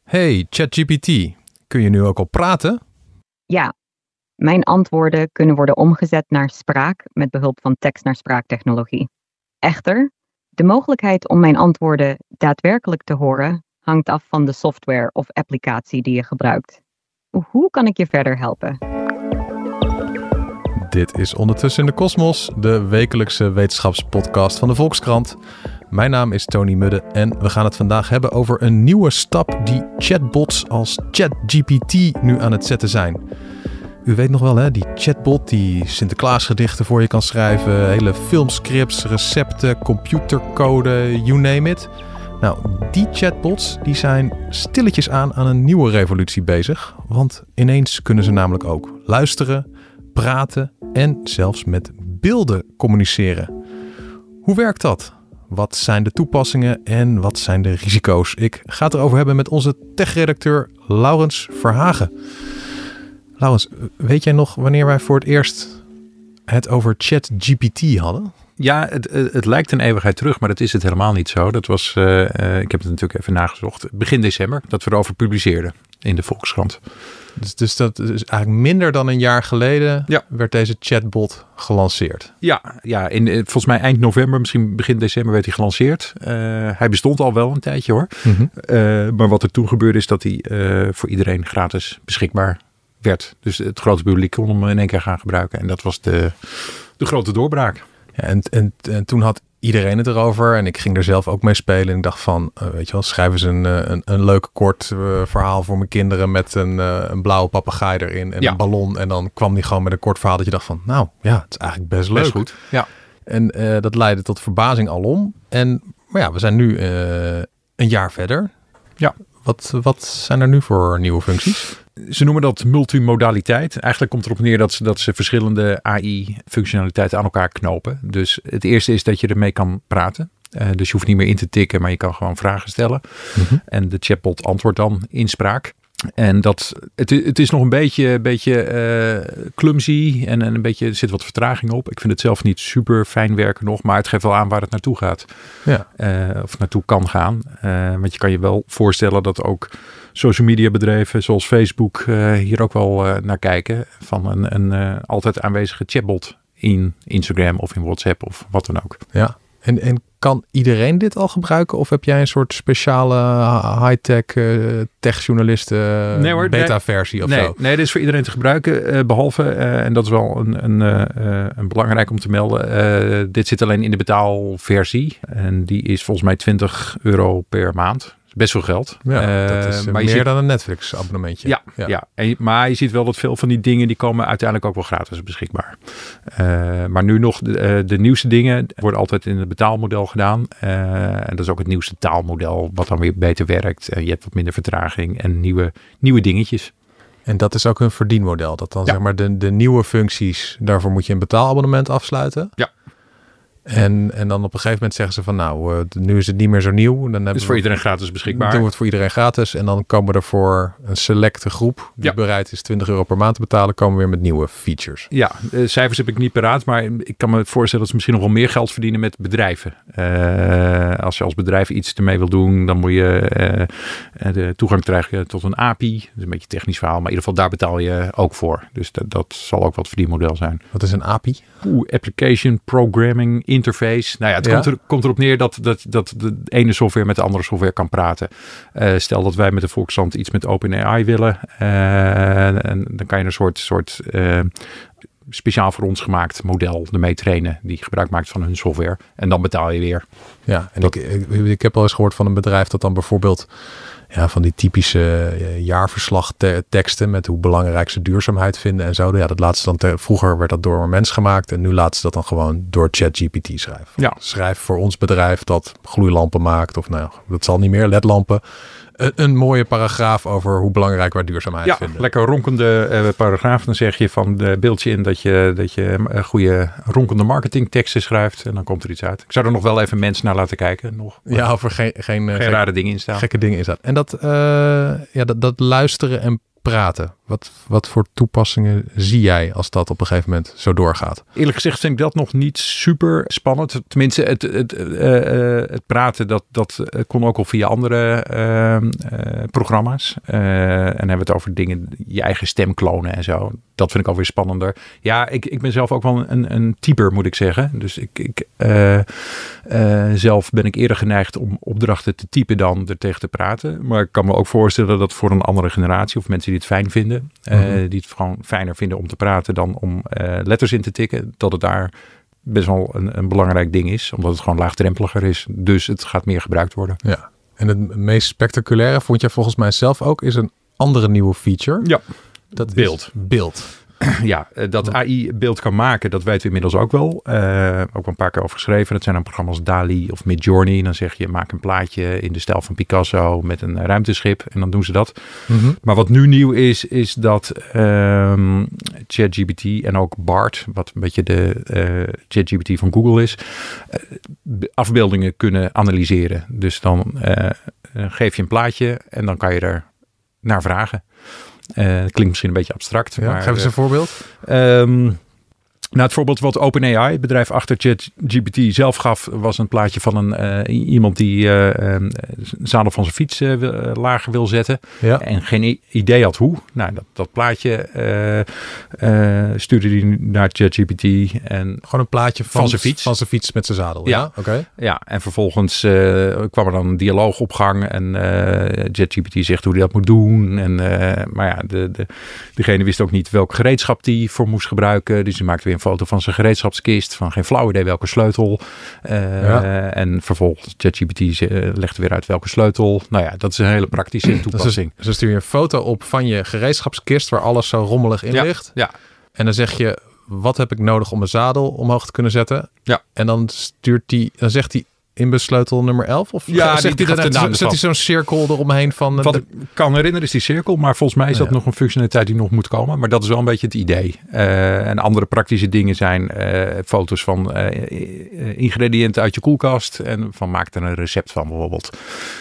Hey, ChatGPT, kun je nu ook al praten? Ja, mijn antwoorden kunnen worden omgezet naar spraak met behulp van tekst-naar-spraaktechnologie. Echter, de mogelijkheid om mijn antwoorden daadwerkelijk te horen hangt af van de software of applicatie die je gebruikt. Hoe kan ik je verder helpen? Dit is Ondertussen in de Kosmos, de wekelijkse wetenschapspodcast van de Volkskrant. Mijn naam is Tony Mudde en we gaan het vandaag hebben over een nieuwe stap die chatbots als ChatGPT nu aan het zetten zijn. U weet nog wel, hè? Die chatbot die Sinterklaasgedichten voor je kan schrijven, hele filmscripts, recepten, computercode, you name it. Nou, die chatbots die zijn stilletjes aan een nieuwe revolutie bezig, want ineens kunnen ze namelijk ook luisteren, praten en zelfs met beelden communiceren. Hoe werkt dat? Wat zijn de toepassingen en wat zijn de risico's? Ik ga het erover hebben met onze tech-redacteur Laurens Verhagen. Laurens, weet jij nog wanneer wij voor het eerst het over ChatGPT hadden? Ja, het lijkt een eeuwigheid terug, maar dat is het helemaal niet zo. Dat was, ik heb het natuurlijk even nagezocht, begin december dat we erover publiceerden in de Volkskrant. Dus dat is eigenlijk minder dan een jaar geleden werd deze chatbot gelanceerd. Ja, volgens mij eind november, misschien begin december werd hij gelanceerd. Hij bestond al wel een tijdje hoor. Mm-hmm. Maar wat er toen gebeurde is dat hij voor iedereen gratis beschikbaar werd. Dus het grote publiek kon hem in één keer gaan gebruiken. En dat was de grote doorbraak. Ja, en toen had iedereen het erover en ik ging er zelf ook mee spelen. En ik dacht van, weet je wel, schrijf eens een leuk kort verhaal voor mijn kinderen met een blauwe papegaai erin en een ballon. En dan kwam die gewoon met een kort verhaal dat je dacht van, nou ja, het is eigenlijk best leuk. Goed. Ja. En dat leidde tot verbazing alom. Maar ja, we zijn nu een jaar verder. Ja. Wat zijn er nu voor nieuwe functies? Ze noemen dat multimodaliteit. Eigenlijk komt erop neer dat ze verschillende AI-functionaliteiten aan elkaar knopen. Dus het eerste is dat je ermee kan praten. Dus je hoeft niet meer in te tikken, maar je kan gewoon vragen stellen. Mm-hmm. En de chatbot antwoordt dan in spraak. En het is nog een beetje clumsy en een beetje, er zit wat vertraging op. Ik vind het zelf niet super fijn werken nog, maar het geeft wel aan waar het naartoe gaat. Ja. Of naartoe kan gaan. Want je kan je wel voorstellen dat ook social media bedrijven zoals Facebook hier ook wel naar kijken. Van een altijd aanwezige chatbot in Instagram of in WhatsApp of wat dan ook. Ja. En kan iedereen dit al gebruiken? Of heb jij een soort speciale high-tech techjournalisten beta-versie of zo? Nee, dit is voor iedereen te gebruiken. Behalve, en dat is wel een belangrijk om te melden. Dit zit alleen in de betaalversie. En die is volgens mij €20 per maand. Best veel geld. Ja, dat is meer dan een Netflix abonnementje. Ja. Maar je ziet wel dat veel van die dingen die komen uiteindelijk ook wel gratis beschikbaar. Maar nu nog de nieuwste dingen worden altijd in het betaalmodel gedaan. En dat is ook het nieuwste taalmodel wat dan weer beter werkt. Je hebt wat minder vertraging en nieuwe dingetjes. En dat is ook een verdienmodel. Dat dan zeg maar de nieuwe functies, daarvoor moet je een betaalabonnement afsluiten. Ja. En dan op een gegeven moment zeggen ze van nou, nu is het niet meer zo nieuw. Dan dus voor iedereen gratis beschikbaar. Dan wordt het voor iedereen gratis. En dan komen er voor een selecte groep die bereid is €20 per maand te betalen, komen weer met nieuwe features. Ja, cijfers heb ik niet paraat, maar ik kan me voorstellen dat ze misschien nog wel meer geld verdienen met bedrijven. Als je als bedrijf iets ermee wil doen, dan moet je de toegang krijgen tot een API. Dat is een beetje een technisch verhaal, maar in ieder geval daar betaal je ook voor. Dus dat zal ook wat verdienmodel zijn. Wat is een API? Application Programming Interface. Nou ja, het komt erop neer dat de ene software met de andere software kan praten. Stel dat wij met de Volkskrant iets met OpenAI willen. En dan kan je een soort speciaal voor ons gemaakt model ermee trainen. Die gebruik maakt van hun software. En dan betaal je weer. Ja, en ik heb al eens gehoord van een bedrijf dat dan bijvoorbeeld van die typische jaarverslagteksten met hoe belangrijk ze duurzaamheid vinden en zo. Ja, dat laten ze dan vroeger werd dat door een mens gemaakt en nu laten ze dat dan gewoon door ChatGPT schrijven. Ja. Schrijf voor ons bedrijf dat gloeilampen maakt of dat zal niet meer, ledlampen. Een mooie paragraaf over hoe belangrijk wij duurzaamheid vinden. Ja, lekker ronkende paragraaf. Dan zeg je van beeld je in dat je goede ronkende marketingteksten schrijft. En dan komt er iets uit. Ik zou er nog wel even mensen naar laten kijken. Of er geen rare dingen in staan. Gekke dingen in staan. En dat luisteren en praten? Wat voor toepassingen zie jij als dat op een gegeven moment zo doorgaat? Eerlijk gezegd vind ik dat nog niet super spannend. Tenminste, het praten, dat kon ook al via andere programma's. En dan hebben we het over dingen, je eigen stem klonen en zo. Dat vind ik alweer spannender. Ja, ik ben zelf ook wel een typer, moet ik zeggen. Dus zelf ben ik eerder geneigd om opdrachten te typen dan er tegen te praten. Maar ik kan me ook voorstellen dat voor een andere generatie of mensen die het fijn vinden, die het gewoon fijner vinden om te praten dan om letters in te tikken, dat het daar best wel een belangrijk ding is, omdat het gewoon laagdrempeliger is. Dus het gaat meer gebruikt worden. Ja. En het meest spectaculaire, vond jij volgens mij zelf ook, is een andere nieuwe feature. Ja, dat beeld. Is beeld. Ja, dat AI beeld kan maken, dat weten we inmiddels ook wel. Ook wel een paar keer over geschreven. Dat zijn dan programma's DALL-E of Midjourney. Dan zeg je, maak een plaatje in de stijl van Picasso met een ruimteschip. En dan doen ze dat. Mm-hmm. Maar wat nu nieuw is dat ChatGPT en ook BART, wat een beetje de ChatGPT van Google is, afbeeldingen kunnen analyseren. Dus dan geef je een plaatje en dan kan je er naar vragen. Klinkt misschien een beetje abstract. Ja, maar, geef eens een voorbeeld. Het voorbeeld wat OpenAI, het bedrijf achter ChatGPT, zelf gaf, was een plaatje van iemand die een zadel van zijn fiets lager wil zetten. Ja. En geen idee had hoe. Nou, dat plaatje stuurde hij naar ChatGPT. En gewoon een plaatje van zijn fiets? Van zijn fiets met zijn zadel, ja? Ja, Okay. Ja, en vervolgens kwam er dan een dialoog op gang. En ChatGPT zegt hoe hij dat moet doen. Maar ja, degene wist ook niet welk gereedschap die voor moest gebruiken. Dus hij maakte weer een foto van zijn gereedschapskist, van geen flauw idee welke sleutel. En vervolgens ChatGPT legde weer uit welke sleutel. Nou ja, dat is een hele praktische toepassing. Dus stuur je een foto op van je gereedschapskist waar alles zo rommelig in ligt. Ja. En dan zeg je, wat heb ik nodig om mijn zadel omhoog te kunnen zetten? Ja. En dan zegt hij inbussleutel nummer 11? Of zet hij zo'n cirkel eromheen van... Wat ik kan herinneren is die cirkel, maar volgens mij is dat nog een functionaliteit die nog moet komen. Maar dat is wel een beetje het idee. En andere praktische dingen zijn foto's van ingrediënten uit je koelkast en van maak er een recept van bijvoorbeeld.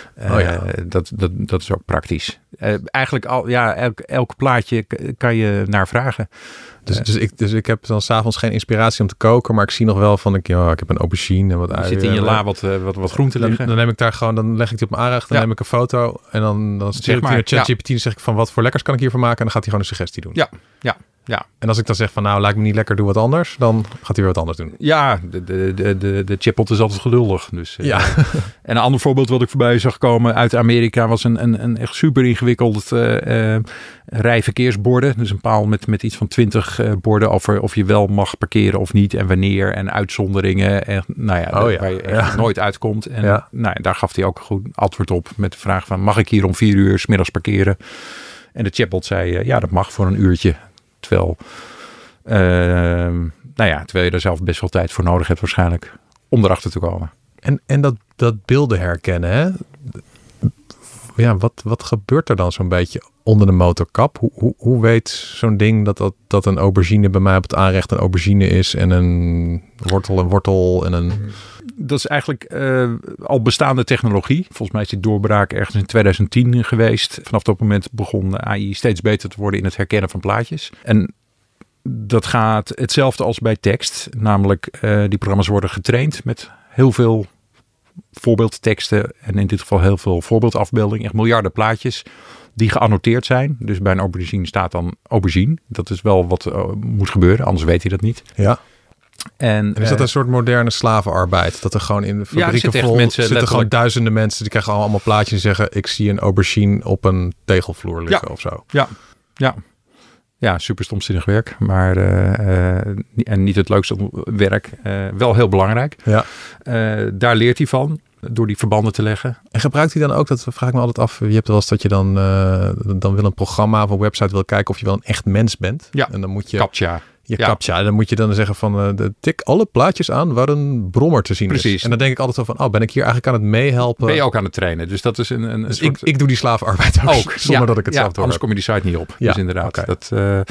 Dat is ook praktisch. Eigenlijk elk plaatje kan je naar vragen. Dus ik heb dan 's avonds geen inspiratie om te koken, maar ik zie nog wel van ik heb een aubergine en wat ui. Zit in je la wat groente liggen. Dan neem ik daar gewoon, dan leg ik die op mijn aanrecht, dan neem ik een foto en dan stuur ik naar ChatGPT en zeg ik van wat voor lekkers kan ik hiervan maken en dan gaat hij gewoon een suggestie doen. Ja. En als ik dan zeg van nou lijkt me niet lekker, doe wat anders, dan gaat hij weer wat anders doen. Ja, de chatbot is altijd geduldig. Dus, ja. En een ander voorbeeld wat ik voorbij zag komen uit Amerika was een echt super ingewikkeld rij verkeersborden. Dus een paal met iets van 20 borden over of je wel mag parkeren of niet en wanneer en uitzonderingen. En waar je echt nooit uitkomt. En daar gaf hij ook een goed antwoord op met de vraag van mag ik hier om 4 uur 's middags parkeren? En de chatbot zei dat mag voor een uurtje. Terwijl je er zelf best wel tijd voor nodig hebt waarschijnlijk om erachter te komen. En dat beelden herkennen, hè? Ja, wat gebeurt er dan zo'n beetje onder de motorkap? Hoe weet zo'n ding dat een aubergine bij mij op het aanrecht een aubergine is en een wortel en een... Dat is eigenlijk al bestaande technologie. Volgens mij is die doorbraak ergens in 2010 geweest. Vanaf dat moment begon AI steeds beter te worden in het herkennen van plaatjes. En dat gaat hetzelfde als bij tekst. Namelijk, die programma's worden getraind met heel veel voorbeeldteksten. En in dit geval heel veel voorbeeldafbeeldingen. Echt miljarden plaatjes die geannoteerd zijn. Dus bij een aubergine staat dan aubergine. Dat is wel wat moet gebeuren, anders weet hij dat niet. Ja. En is dat een soort moderne slavenarbeid? Dat er gewoon in de fabrieken zitten gewoon duizenden mensen. Die krijgen allemaal plaatjes en zeggen ik zie een aubergine op een tegelvloer liggen of zo. Ja, super stomzinnig werk. Maar en niet het leukste werk. Wel heel belangrijk. Ja. Daar leert hij van. Door die verbanden te leggen. En gebruikt hij dan ook, dat vraag ik me altijd af. Je hebt wel eens dat je dan wil een programma of een website wil kijken of je wel een echt mens bent. Ja, en dan moet je... CAPTCHA. CAPTCHA. Dan moet je dan zeggen van tik alle plaatjes aan waar een brommer te zien is. En dan denk ik altijd zo van, ben ik hier eigenlijk aan het meehelpen? Ben je ook aan het trainen. Dus dat is dus soort... ik doe die slavenarbeid ook zonder dat ik het zelf doe. Anders kom je die site niet op. Ja, dus inderdaad. Okay.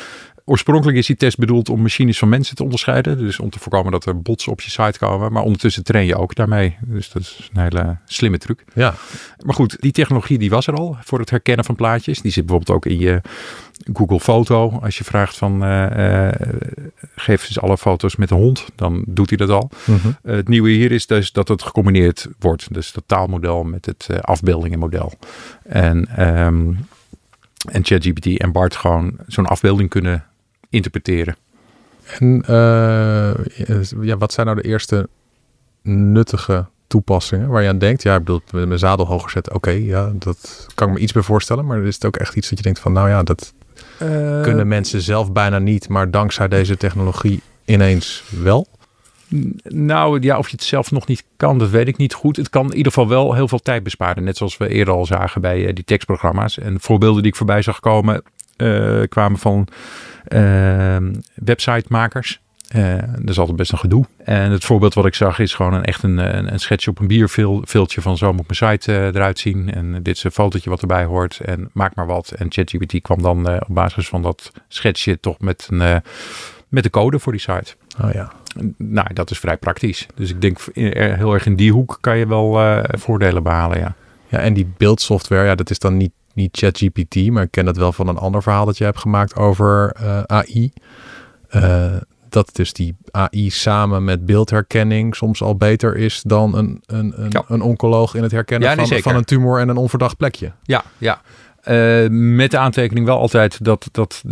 Oorspronkelijk is die test bedoeld om machines van mensen te onderscheiden. Dus om te voorkomen dat er bots op je site komen. Maar ondertussen train je ook daarmee. Dus dat is een hele slimme truc. Ja. Maar goed, die technologie die was er al voor het herkennen van plaatjes. Die zit bijvoorbeeld ook in je Google Foto. Als je vraagt van geef eens alle foto's met een hond, dan doet hij dat al. Mm-hmm. Het nieuwe hier is dus dat het gecombineerd wordt. Dus dat taalmodel met het afbeeldingenmodel. En ChatGPT en Bart gewoon zo'n afbeelding kunnen interpreteren. En wat zijn nou de eerste nuttige toepassingen waar je aan denkt? Ja, ik bedoel, met mijn zadel hoger zetten. Oké, ja, dat kan ik me iets bij voorstellen. Maar is het ook echt iets dat je denkt van, nou ja, dat kunnen mensen zelf bijna niet. Maar dankzij deze technologie ineens wel? Nou ja, of je het zelf nog niet kan, dat weet ik niet goed. Het kan in ieder geval wel heel veel tijd besparen. Net zoals we eerder al zagen bij die tekstprogramma's. En voorbeelden die ik voorbij zag komen kwamen van websitemakers. Dat is altijd best een gedoe. En het voorbeeld wat ik zag is gewoon een schetsje op een bierviltje van zo moet mijn site eruit zien. En dit is een fotootje wat erbij hoort. En maak maar wat. En ChatGPT kwam dan op basis van dat schetsje toch met de code voor die site. Oh ja. Nou, dat is vrij praktisch. Dus ik denk heel erg in die hoek kan je wel voordelen behalen, ja. Ja, en die beeldsoftware, ja, dat is dan niet ChatGPT, maar ik ken dat wel van een ander verhaal dat je hebt gemaakt over AI. Dat dus die AI samen met beeldherkenning soms al beter is dan een oncoloog in het herkennen van een tumor en een onverdacht plekje. Ja, ja. Met de aantekening wel altijd dat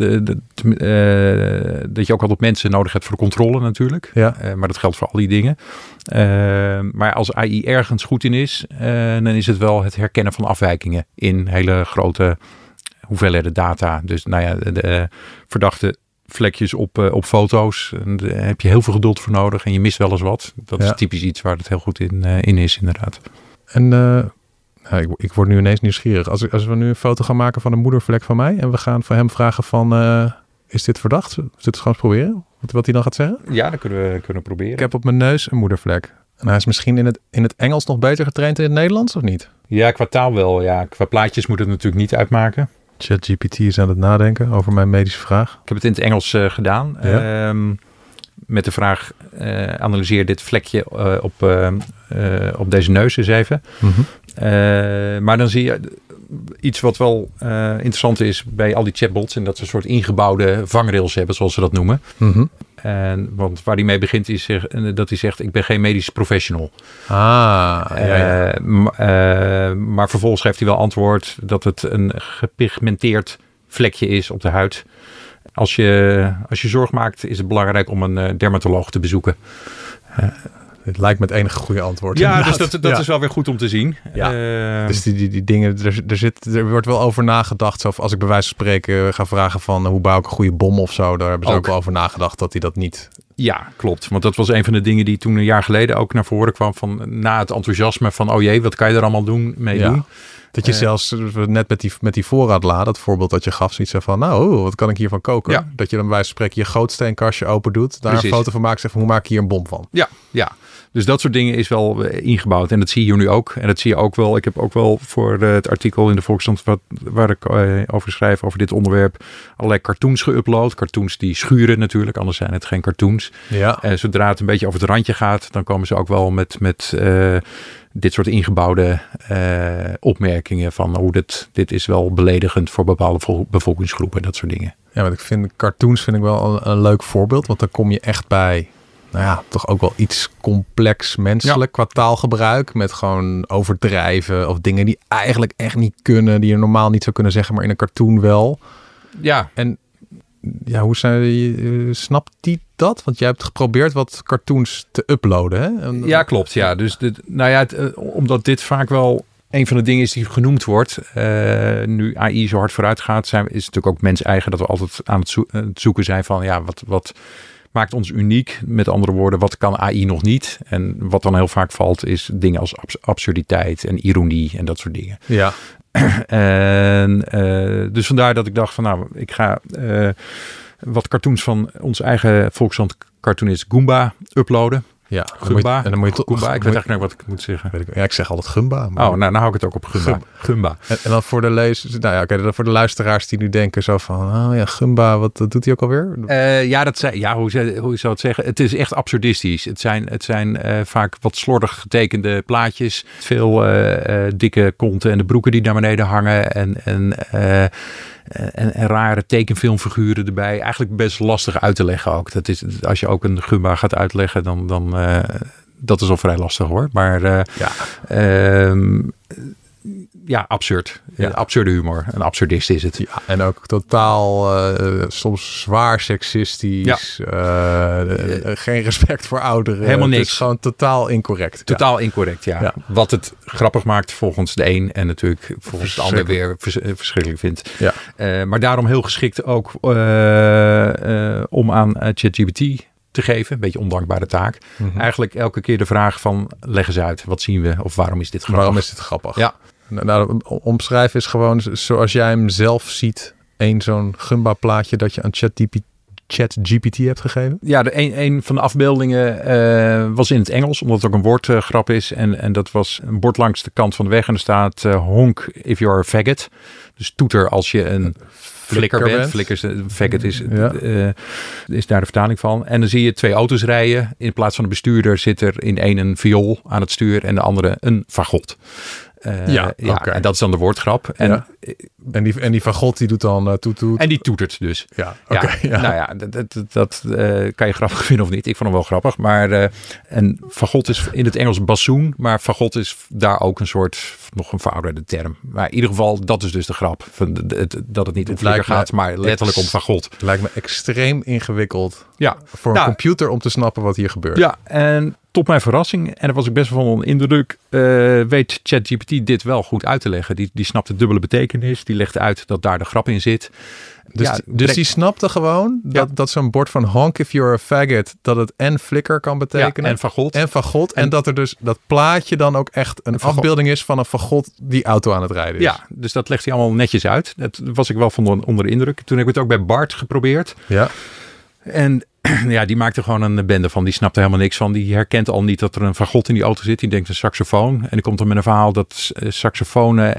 je ook altijd mensen nodig hebt voor de controle natuurlijk. Ja. Maar dat geldt voor al die dingen. Maar als AI ergens goed in is, dan is het wel het herkennen van afwijkingen in hele grote hoeveelheden data. Dus nou ja, de verdachte vlekjes op foto's. Daar heb je heel veel geduld voor nodig en je mist wel eens wat. Dat is typisch iets waar het heel goed in is inderdaad. En ik word nu ineens nieuwsgierig. Als we nu een foto gaan maken van een moedervlek van mij en we gaan van hem vragen van, is dit verdacht? Zullen we het gewoon eens proberen? Wat hij dan gaat zeggen? Ja, dat kunnen we proberen. Ik heb op mijn neus een moedervlek. En hij is misschien in het Engels nog beter getraind in het Nederlands, of niet? Ja, qua taal wel. Ja. Qua plaatjes moet het natuurlijk niet uitmaken. ChatGPT is aan het nadenken over mijn medische vraag. Ik heb het in het Engels gedaan. Ja. Met de vraag, analyseer dit vlekje op deze neus eens even. Mm-hmm. Maar dan zie je iets wat wel interessant is bij al die chatbots. En dat ze een soort ingebouwde vangrails hebben, zoals ze dat noemen. Mm-hmm. Want waar hij mee begint is dat hij zegt, ik ben geen medisch professional. Maar vervolgens geeft hij wel antwoord dat het een gepigmenteerd vlekje is op de huid. Als je zorg maakt, is het belangrijk om een dermatoloog te bezoeken. Het lijkt me het enige goede antwoord. Ja, inderdaad. Dus dat is wel weer goed om te zien. Ja. Dus die dingen, er wordt wel over nagedacht. Zo, als ik bij wijze van spreken ga vragen van hoe bouw ik een goede bom of zo. Daar hebben ze ook wel over nagedacht dat hij dat niet... Ja, klopt. Want dat was een van de dingen die toen een jaar geleden ook naar voren kwam. Van na het enthousiasme van, oh jee, wat kan je er allemaal doen? Dat je zelfs net met die voorraadla, dat voorbeeld dat je gaf, zoiets van, nou, wat kan ik hiervan koken? Ja. Dat je dan bij wijze van spreken je grootsteenkastje open doet, daar een foto van maakt, zegt van, hoe maak ik hier een bom van? Ja. Dus dat soort dingen is wel ingebouwd. En dat zie je hier nu ook. En dat zie je ook wel. Ik heb ook wel voor het artikel in de Volkskrant waar ik over schrijf, over dit onderwerp, allerlei cartoons geüpload. Cartoons die schuren natuurlijk, anders zijn het geen cartoons. Ja. Zodra het een beetje over het randje gaat, dan komen ze ook wel met dit soort ingebouwde opmerkingen van hoe dit is wel beledigend voor bepaalde bevolkingsgroepen, dat soort dingen. Ja, want cartoons vind ik wel een leuk voorbeeld, want dan kom je echt bij, nou ja, toch ook wel iets complex menselijk qua taalgebruik, met gewoon overdrijven of dingen die eigenlijk echt niet kunnen, die je normaal niet zou kunnen zeggen, maar in een cartoon wel. Ja. En ja, snapt die dat? Want jij hebt geprobeerd wat cartoons te uploaden, hè? Ja, klopt. Ja. Dus omdat dit vaak wel een van de dingen is die genoemd wordt. Nu AI zo hard vooruit gaat, is het natuurlijk ook mens-eigen dat we altijd aan het zoeken zijn van, ja, wat maakt ons uniek? Met andere woorden, wat kan AI nog niet? En wat dan heel vaak valt, is dingen als absurditeit en ironie en dat soort dingen. Ja. En dus vandaar dat ik dacht van, nou, ik ga wat cartoons van ons eigen Volkskrant cartoonist Goomba uploaden. Ja, Gumba. En dan moet je Gumba. Ik weet eigenlijk niet wat ik moet zeggen. Ik zeg altijd Gumba. Maar... Oh, nou hou ik het ook op Gumba. En dan voor de lezers, dan voor de luisteraars die nu denken zo van, Gumba, wat doet hij ook alweer? Hoe zou het zeggen? Het is echt absurdistisch. Het zijn vaak wat slordig getekende plaatjes. Veel dikke konten en de broeken die naar beneden hangen en rare tekenfilmfiguren erbij. Eigenlijk best lastig uit te leggen ook. Dat is, als je ook een Gumba gaat uitleggen, dan dat is al vrij lastig hoor. Maar absurd. Ja. Absurde humor. Een absurdist is het. Ja, en ook totaal soms zwaar seksistisch. Geen respect voor ouderen. Helemaal niks. Het is gewoon totaal incorrect. Totaal incorrect, ja. Wat het grappig maakt volgens de een en natuurlijk volgens de ander weer verschrikkelijk vindt. Ja. Maar daarom heel geschikt ook om aan ChatGPT te geven. Een beetje ondankbare taak. Mm-hmm. Eigenlijk elke keer de vraag van leg eens uit. Wat zien we? Of waarom is dit grappig? Waarom is dit grappig? Ja. Nou, omschrijven is gewoon zoals jij hem zelf ziet. Zo'n Gumba plaatje dat je aan ChatGPT hebt gegeven? Ja, een van de afbeeldingen was in het Engels, omdat het ook een woordgrap is. En dat was een bord langs de kant van de weg. En er staat honk if you're a faggot. Dus toeter als je een flikker bent. Faggot is daar de vertaling van. En dan zie je 2 auto's rijden. In plaats van een bestuurder zit er in een viool aan het stuur en de andere een fagot. Okay. En dat is dan de woordgrap. En die fagot die doet dan toet. En die toetert dus. Ja, okay, ja. Nou ja, dat kan je grappig vinden of niet. Ik vond hem wel grappig. Maar en fagot is in het Engels bassoon. Maar fagot is daar ook een soort, nog een verouderde term. Maar in ieder geval, dat is dus de grap. Dat het niet om flikker gaat, maar letterlijk om fagot. Het lijkt me extreem ingewikkeld voor een computer om te snappen wat hier gebeurt. Ja, en tot mijn verrassing, en daar was ik best wel van onder indruk, weet ChatGPT dit wel goed uit te leggen. Die snapt de dubbele betekenis. Die legt uit dat daar de grap in zit. Dus die snapte gewoon dat zo'n bord van honk if you're a faggot, dat het en flikker kan betekenen. En fagot. En dat er dus dat plaatje dan ook echt een afbeelding is van een fagot die auto aan het rijden is. Ja, dus dat legt hij allemaal netjes uit. Dat was ik wel van onder de indruk. Toen heb ik het ook bij Bart geprobeerd. Ja. En die maakte gewoon een bende van. Die snapte helemaal niks van. Die herkent al niet dat er een fagot in die auto zit. Die denkt een saxofoon. En die komt dan met een verhaal dat saxofonen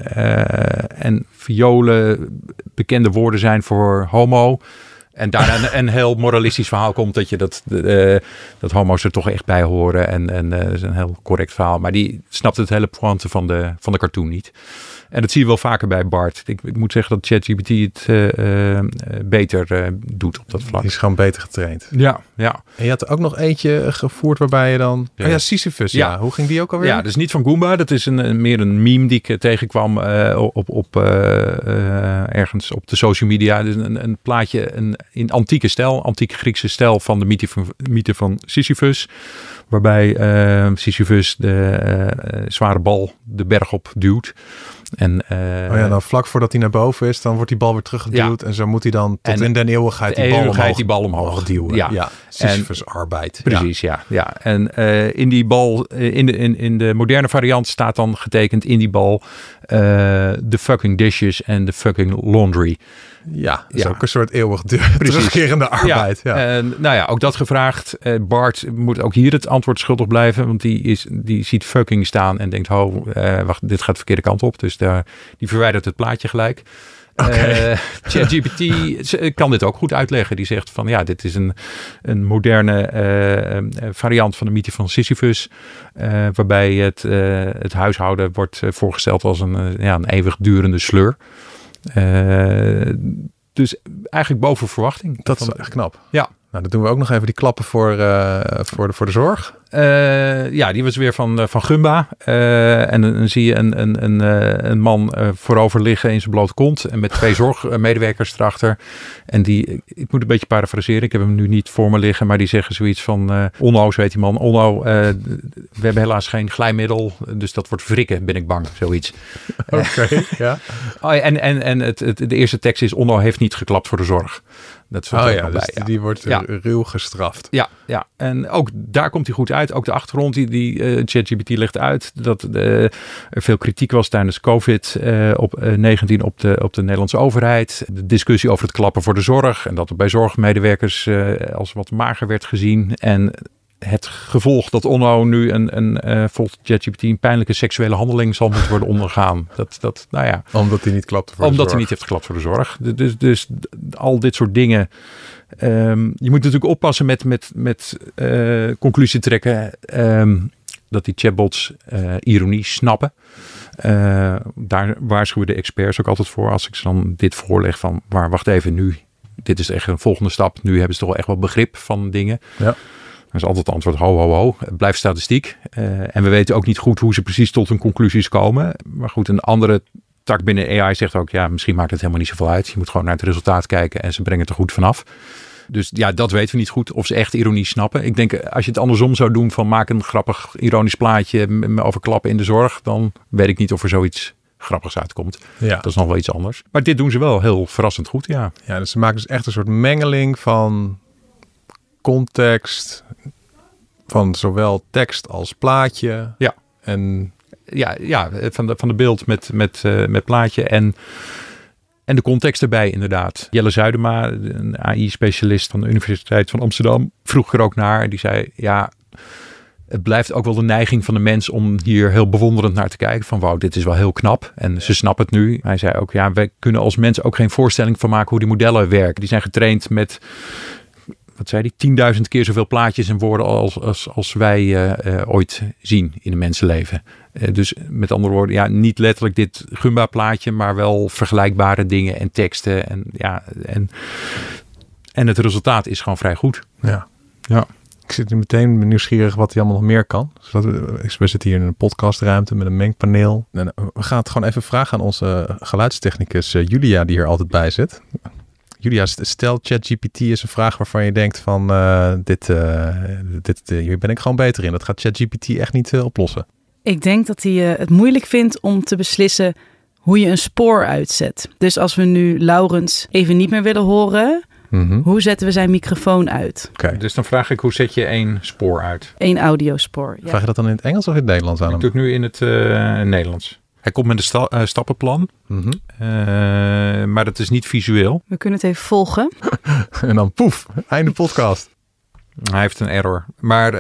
en violen bekende woorden zijn voor homo. En daarna een heel moralistisch verhaal komt dat je dat homo's er toch echt bij horen. En dat is een heel correct verhaal. Maar die snapt het hele pointe van de cartoon niet. En dat zie je wel vaker bij Bart. Ik moet zeggen dat ChatGPT het beter doet op dat vlak. Die is gewoon beter getraind. Ja. En je had er ook nog eentje gevoerd waarbij je dan... Sisyphus. Ja. Hoe ging die ook alweer? Ja, dus niet van Goomba. Dat is meer een meme die ik tegenkwam ergens op de social media. Dus een plaatje in antieke Griekse stijl van de mythe van Sisyphus. Waarbij Sisyphus de zware bal de berg op duwt. En, dan vlak voordat hij naar boven is, dan wordt die bal weer teruggeduwd. En zo moet hij dan tot in de eeuwigheid die bal omhoog duwen. Ja. Sisyphus arbeid. Precies, ja. En in die bal, in de moderne variant staat dan getekend in die bal de fucking dishes en de fucking laundry. Ja, dat is ook een soort eeuwig terugkerende arbeid. Ja. En ook dat gevraagd. Bart moet ook hier het antwoord schuldig blijven. Want die ziet fucking staan en denkt, wacht, dit gaat de verkeerde kant op. Dus die verwijdert het plaatje gelijk. ChatGPT kan dit ook goed uitleggen. Die zegt van dit is een moderne variant van de mythe van Sisyphus. Waarbij het huishouden wordt voorgesteld als een eeuwigdurende sleur. Dus eigenlijk boven verwachting. Dat is echt knap. Ja. Nou, dan doen we ook nog even die klappen voor de zorg. Die was weer van Gumba. En dan zie je een man voorover liggen in zijn blote kont. En met 2 zorgmedewerkers erachter. En ik moet een beetje parafraseren. Ik heb hem nu niet voor me liggen. Maar die zeggen zoiets van... Onno, zo heet die man. Onno, we hebben helaas geen glijmiddel. Dus dat wordt wrikken, ben ik bang. Zoiets. Oké, ja. En de eerste tekst is... Onno heeft niet geklapt voor de zorg. Dat dus die wordt ruw gestraft. Ja. En ook daar komt hij goed uit. Ook de achtergrond die ChatGPT legt uit dat er veel kritiek was tijdens COVID op 19 op de Nederlandse overheid. De discussie over het klappen voor de zorg en dat er bij zorgmedewerkers als wat mager werd gezien. En het gevolg dat Onno nu volgens ChatGPT een pijnlijke seksuele handeling zal moeten worden ondergaan. Omdat hij niet klapte voor de zorg. Omdat hij niet heeft geklapt voor de zorg. Dus al dit soort dingen. Je moet natuurlijk oppassen met conclusie trekken dat die chatbots ironie snappen. Daar waarschuwen de experts ook altijd voor. Als ik ze dan dit voorleg van, maar wacht even nu. Dit is echt een volgende stap. Nu hebben ze toch wel echt wel begrip van dingen. Ja. Dan is altijd het antwoord, ho. Het blijft statistiek. En we weten ook niet goed hoe ze precies tot hun conclusies komen. Maar goed, een andere tak binnen AI zegt ook, ja, misschien maakt het helemaal niet zoveel uit. Je moet gewoon naar het resultaat kijken en ze brengen het er goed vanaf. Dus ja, dat weten we niet goed. Of ze echt ironie snappen. Ik denk, als je het andersom zou doen van maak een grappig ironisch plaatje over klappen in de zorg, dan weet ik niet of er zoiets grappigs uitkomt. Ja. Dat is nog wel iets anders. Maar dit doen ze wel heel verrassend goed, ja. Ja, dus ze maken dus echt een soort mengeling van context, van zowel tekst als plaatje. Ja. En ja, van de beeld met plaatje en de context erbij inderdaad. Jelle Zuidema, een AI-specialist van de Universiteit van Amsterdam, vroeg er ook naar. Die zei, ja, het blijft ook wel de neiging van de mens om hier heel bewonderend naar te kijken. Van wauw, dit is wel heel knap. En ze snappen het nu. Hij zei ook, ja, wij kunnen als mens ook geen voorstelling van maken hoe die modellen werken. Die zijn getraind met, wat zei hij, 10.000 keer zoveel plaatjes en woorden als wij ooit zien in een mensenleven. Dus met andere woorden, ja, niet letterlijk dit Gumba plaatje, maar wel vergelijkbare dingen en teksten. En het resultaat is gewoon vrij goed. Ja. Ik zit nu meteen nieuwsgierig wat hij allemaal nog meer kan. We zitten hier in een podcastruimte met een mengpaneel. En we gaan het gewoon even vragen aan onze geluidstechnicus Julia, die hier altijd bij zit. Julia, stel ChatGPT is een vraag waarvan je denkt van hier ben ik gewoon beter in. Dat gaat ChatGPT echt niet oplossen. Ik denk dat hij het moeilijk vindt om te beslissen hoe je een spoor uitzet. Dus als we nu Laurens even niet meer willen horen, hoe zetten we zijn microfoon uit? Okay. Dus dan vraag ik, hoe zet je één spoor uit? Eén audiospoor, ja. Vraag je dat dan in het Engels of in het Nederlands aan hem? Ik doe het nu in het Nederlands. Hij komt met een stappenplan, maar dat is niet visueel. We kunnen het even volgen. En dan poef, einde podcast. Hij heeft een error. Maar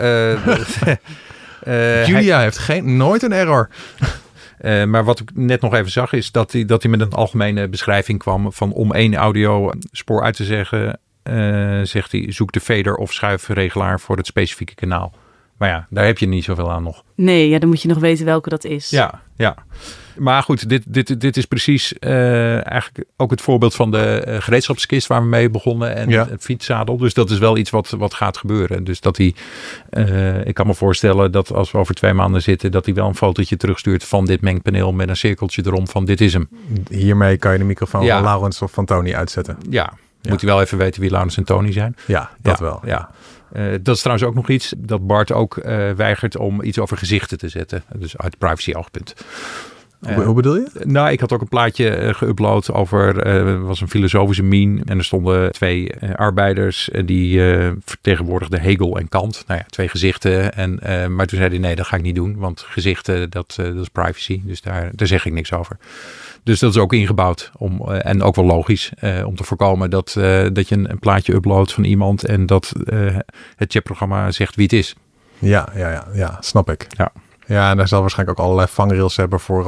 Julia heeft nooit een error. Maar wat ik net nog even zag is dat hij met een algemene beschrijving kwam van om één audiospoor uit te zeggen, zegt hij zoek de fader of schuifregelaar voor het specifieke kanaal. Maar ja, daar heb je niet zoveel aan nog. Nee, ja, dan moet je nog weten welke dat is. Ja. Maar goed, dit is precies eigenlijk ook het voorbeeld van de gereedschapskist waar we mee begonnen en het fietszadel. Dus dat is wel iets wat gaat gebeuren. Dus dat hij, ik kan me voorstellen dat als we over 2 maanden zitten, dat hij wel een fotootje terugstuurt van dit mengpaneel met een cirkeltje erom van dit is hem. Hiermee kan je de microfoon van Laurens of van Tony uitzetten. Ja, moet hij wel even weten wie Laurens en Tony zijn. Ja, dat wel. Ja. Dat is trouwens ook nog iets dat Bart ook weigert om iets over gezichten te zetten. Dus uit privacy oogpunt. Hoe bedoel je? Nou, ik had ook een plaatje geüpload over, was een filosofische meme. En er stonden 2 arbeiders die vertegenwoordigden Hegel en Kant. Nou ja, 2 gezichten. Maar toen zei hij, nee, dat ga ik niet doen. Want gezichten, dat is privacy. Dus daar zeg ik niks over. Dus dat is ook ingebouwd. En ook wel logisch. Om te voorkomen dat je een plaatje uploadt van iemand. En dat het chatprogramma zegt wie het is. Ja, snap ik. Ja. Ja, en daar zal waarschijnlijk ook allerlei vangrails hebben voor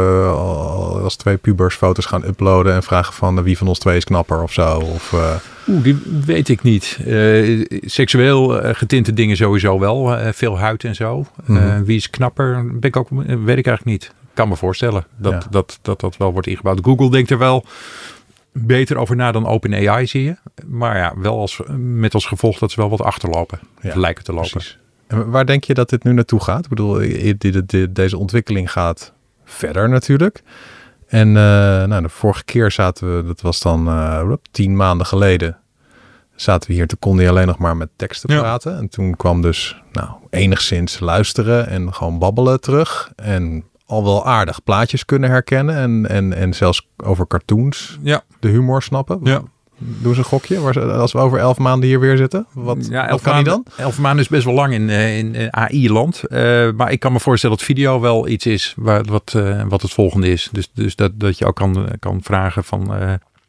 als 2 pubers foto's gaan uploaden en vragen van wie van ons 2 is knapper of zo. Die weet ik niet. Seksueel getinte dingen sowieso wel. Veel huid en zo. Wie is knapper? Weet ik eigenlijk niet. Ik kan me voorstellen dat wel wordt ingebouwd. Google denkt er wel beter over na dan OpenAI, zie je. Maar ja, wel met als gevolg dat ze wel wat achterlopen. Lijken te lopen. Precies. En waar denk je dat dit nu naartoe gaat? Ik bedoel, deze ontwikkeling gaat verder natuurlijk. En de vorige keer zaten we, dat was dan 10 maanden geleden, zaten we hier. Toen kon hij alleen nog maar met teksten praten. En toen kwam dus enigszins luisteren en gewoon babbelen terug. En al wel aardig plaatjes kunnen herkennen. En zelfs over cartoons de humor snappen. Ja. Doe ze een gokje, als we over 11 maanden hier weer zitten. Wat kan hij dan? 11 maanden is best wel lang in AI-land. Maar ik kan me voorstellen dat video wel iets is wat het volgende is. Dus dat je ook kan vragen van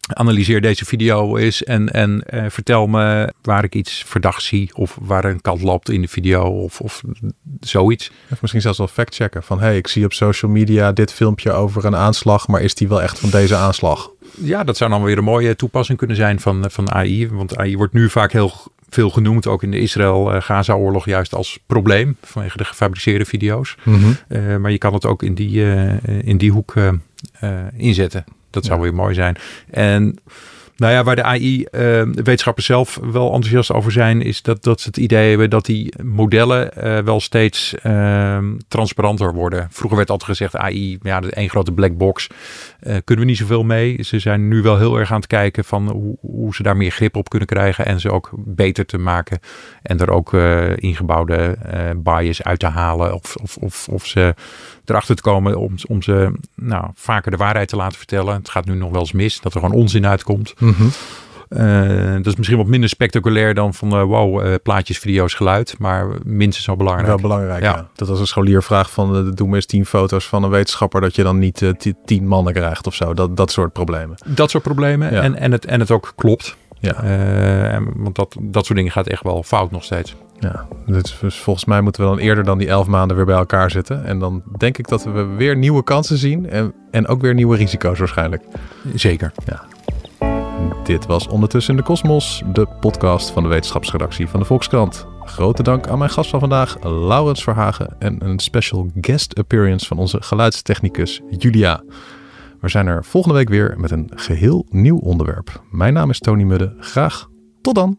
analyseer deze video eens en vertel me waar ik iets verdachts zie of waar een kat loopt in de video of zoiets. Of misschien zelfs wel factchecken van ik zie op social media dit filmpje over een aanslag, maar is die wel echt van deze aanslag? Ja, dat zou dan weer een mooie toepassing kunnen zijn van AI, want AI wordt nu vaak heel veel genoemd, ook in de Israël-Gaza-oorlog juist als probleem vanwege de gefabriceerde video's. Mm-hmm. Maar je kan het ook in die hoek inzetten. Dat zou weer mooi zijn. En waar de AI-wetenschappers zelf wel enthousiast over zijn, is dat ze het idee hebben dat die modellen wel steeds transparanter worden. Vroeger werd altijd gezegd AI, één grote black box. Kunnen we niet zoveel mee. Ze zijn nu wel heel erg aan het kijken van hoe ze daar meer grip op kunnen krijgen en ze ook beter te maken. En er ook ingebouwde bias uit te halen of ze erachter te komen om ze vaker de waarheid te laten vertellen. Het gaat nu nog wel eens mis, dat er gewoon onzin uitkomt. Mm-hmm. Dat is misschien wat minder spectaculair dan van plaatjes, video's, geluid, maar minstens zo belangrijk. Wel belangrijk, ja. Dat als een scholier vraagt van doe maar eens 10 foto's van een wetenschapper, dat je dan niet 10 mannen krijgt of zo. Dat soort problemen. Dat soort problemen ja. en het ook klopt. Ja. Want dat soort dingen gaat echt wel fout nog steeds. Ja, dus volgens mij moeten we dan eerder dan die 11 maanden weer bij elkaar zitten. En dan denk ik dat we weer nieuwe kansen zien en ook weer nieuwe risico's waarschijnlijk. Zeker. Ja. Dit was Ondertussen in de Kosmos, de podcast van de wetenschapsredactie van de Volkskrant. Grote dank aan mijn gast van vandaag, Laurens Verhagen, en een special guest appearance van onze geluidstechnicus Julia. We zijn er volgende week weer met een geheel nieuw onderwerp. Mijn naam is Tony Mudde. Graag tot dan!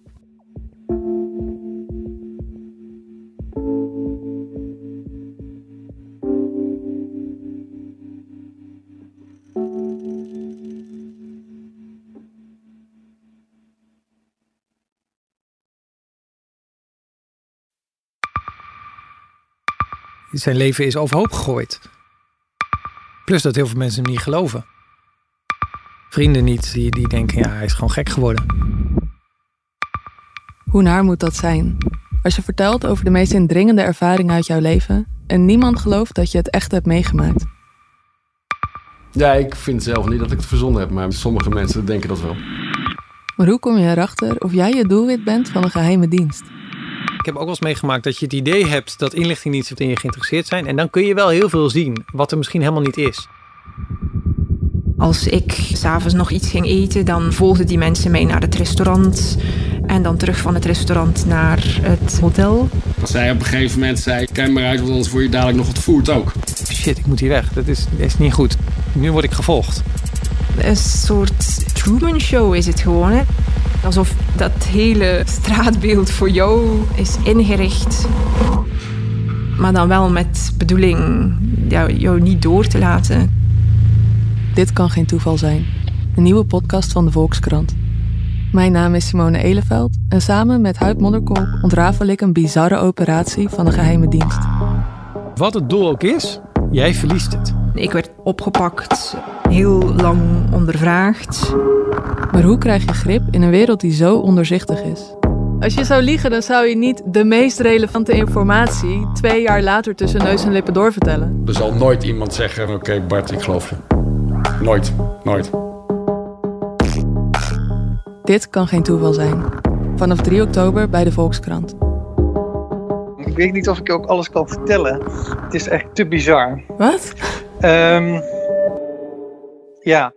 Zijn leven is overhoop gegooid. Plus dat heel veel mensen hem niet geloven. Vrienden niet, die denken, hij is gewoon gek geworden. Hoe naar moet dat zijn? Als je vertelt over de meest indringende ervaring uit jouw leven en niemand gelooft dat je het echt hebt meegemaakt. Ja, ik vind zelf niet dat ik het verzonnen heb, maar sommige mensen denken dat wel. Maar hoe kom je erachter of jij het doelwit bent van een geheime dienst? Ik heb ook wel eens meegemaakt dat je het idee hebt dat inlichtingendiensten in je geïnteresseerd zijn. En dan kun je wel heel veel zien, wat er misschien helemaal niet is. Als ik 's avonds nog iets ging eten, dan volgden die mensen mij naar het restaurant. En dan terug van het restaurant naar het hotel. Als zij op een gegeven moment zei, kijk maar uit, want anders word je dadelijk nog ontvoerd ook. Shit, ik moet hier weg. Dat is niet goed. Nu word ik gevolgd. Een soort Truman Show is het gewoon, hè? Alsof dat hele straatbeeld voor jou is ingericht. Maar dan wel met bedoeling jou niet door te laten. Dit kan geen toeval zijn. Een nieuwe podcast van de Volkskrant. Mijn naam is Simone Eleveld en samen met Huib Modderkolk ontrafel ik een bizarre operatie van de geheime dienst. Wat het doel ook is, jij verliest het. Ik werd opgepakt, heel lang ondervraagd. Maar hoe krijg je grip in een wereld die zo ondoorzichtig is? Als je zou liegen, dan zou je niet de meest relevante informatie 2 jaar later tussen neus en lippen doorvertellen. Er zal nooit iemand zeggen, oké, Bart, ik geloof je. Nooit, nooit. Dit kan geen toeval zijn. Vanaf 3 oktober bij de Volkskrant. Ik weet niet of ik ook alles kan vertellen. Het is echt te bizar. Wat? Ja.